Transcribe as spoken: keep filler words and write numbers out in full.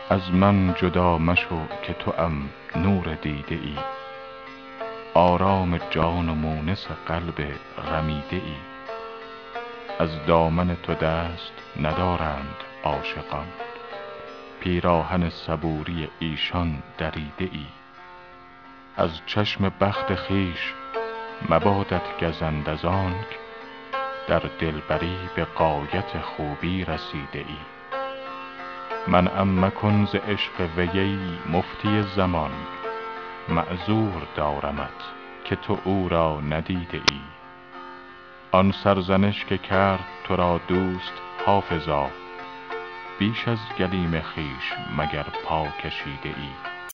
از من جدا مشو که توام نور دیده ای، آرام جان و مونس قلب رمیده ای. از دامن تو دست ندارند عاشقان، پیراهن صبوری ایشان دریده ای. از چشم بخت خویش مبادت گزند از آنک، در دلبری به غایت خوبی رسیده ای. منعم مکن ز عشق وی ای مفتی زمان، معذور دارمت که تو او را ندیده ای. آن سرزنش که کرد تو را دوست حافظا، بیش از گلیم خویش مگر پا کشیده ای.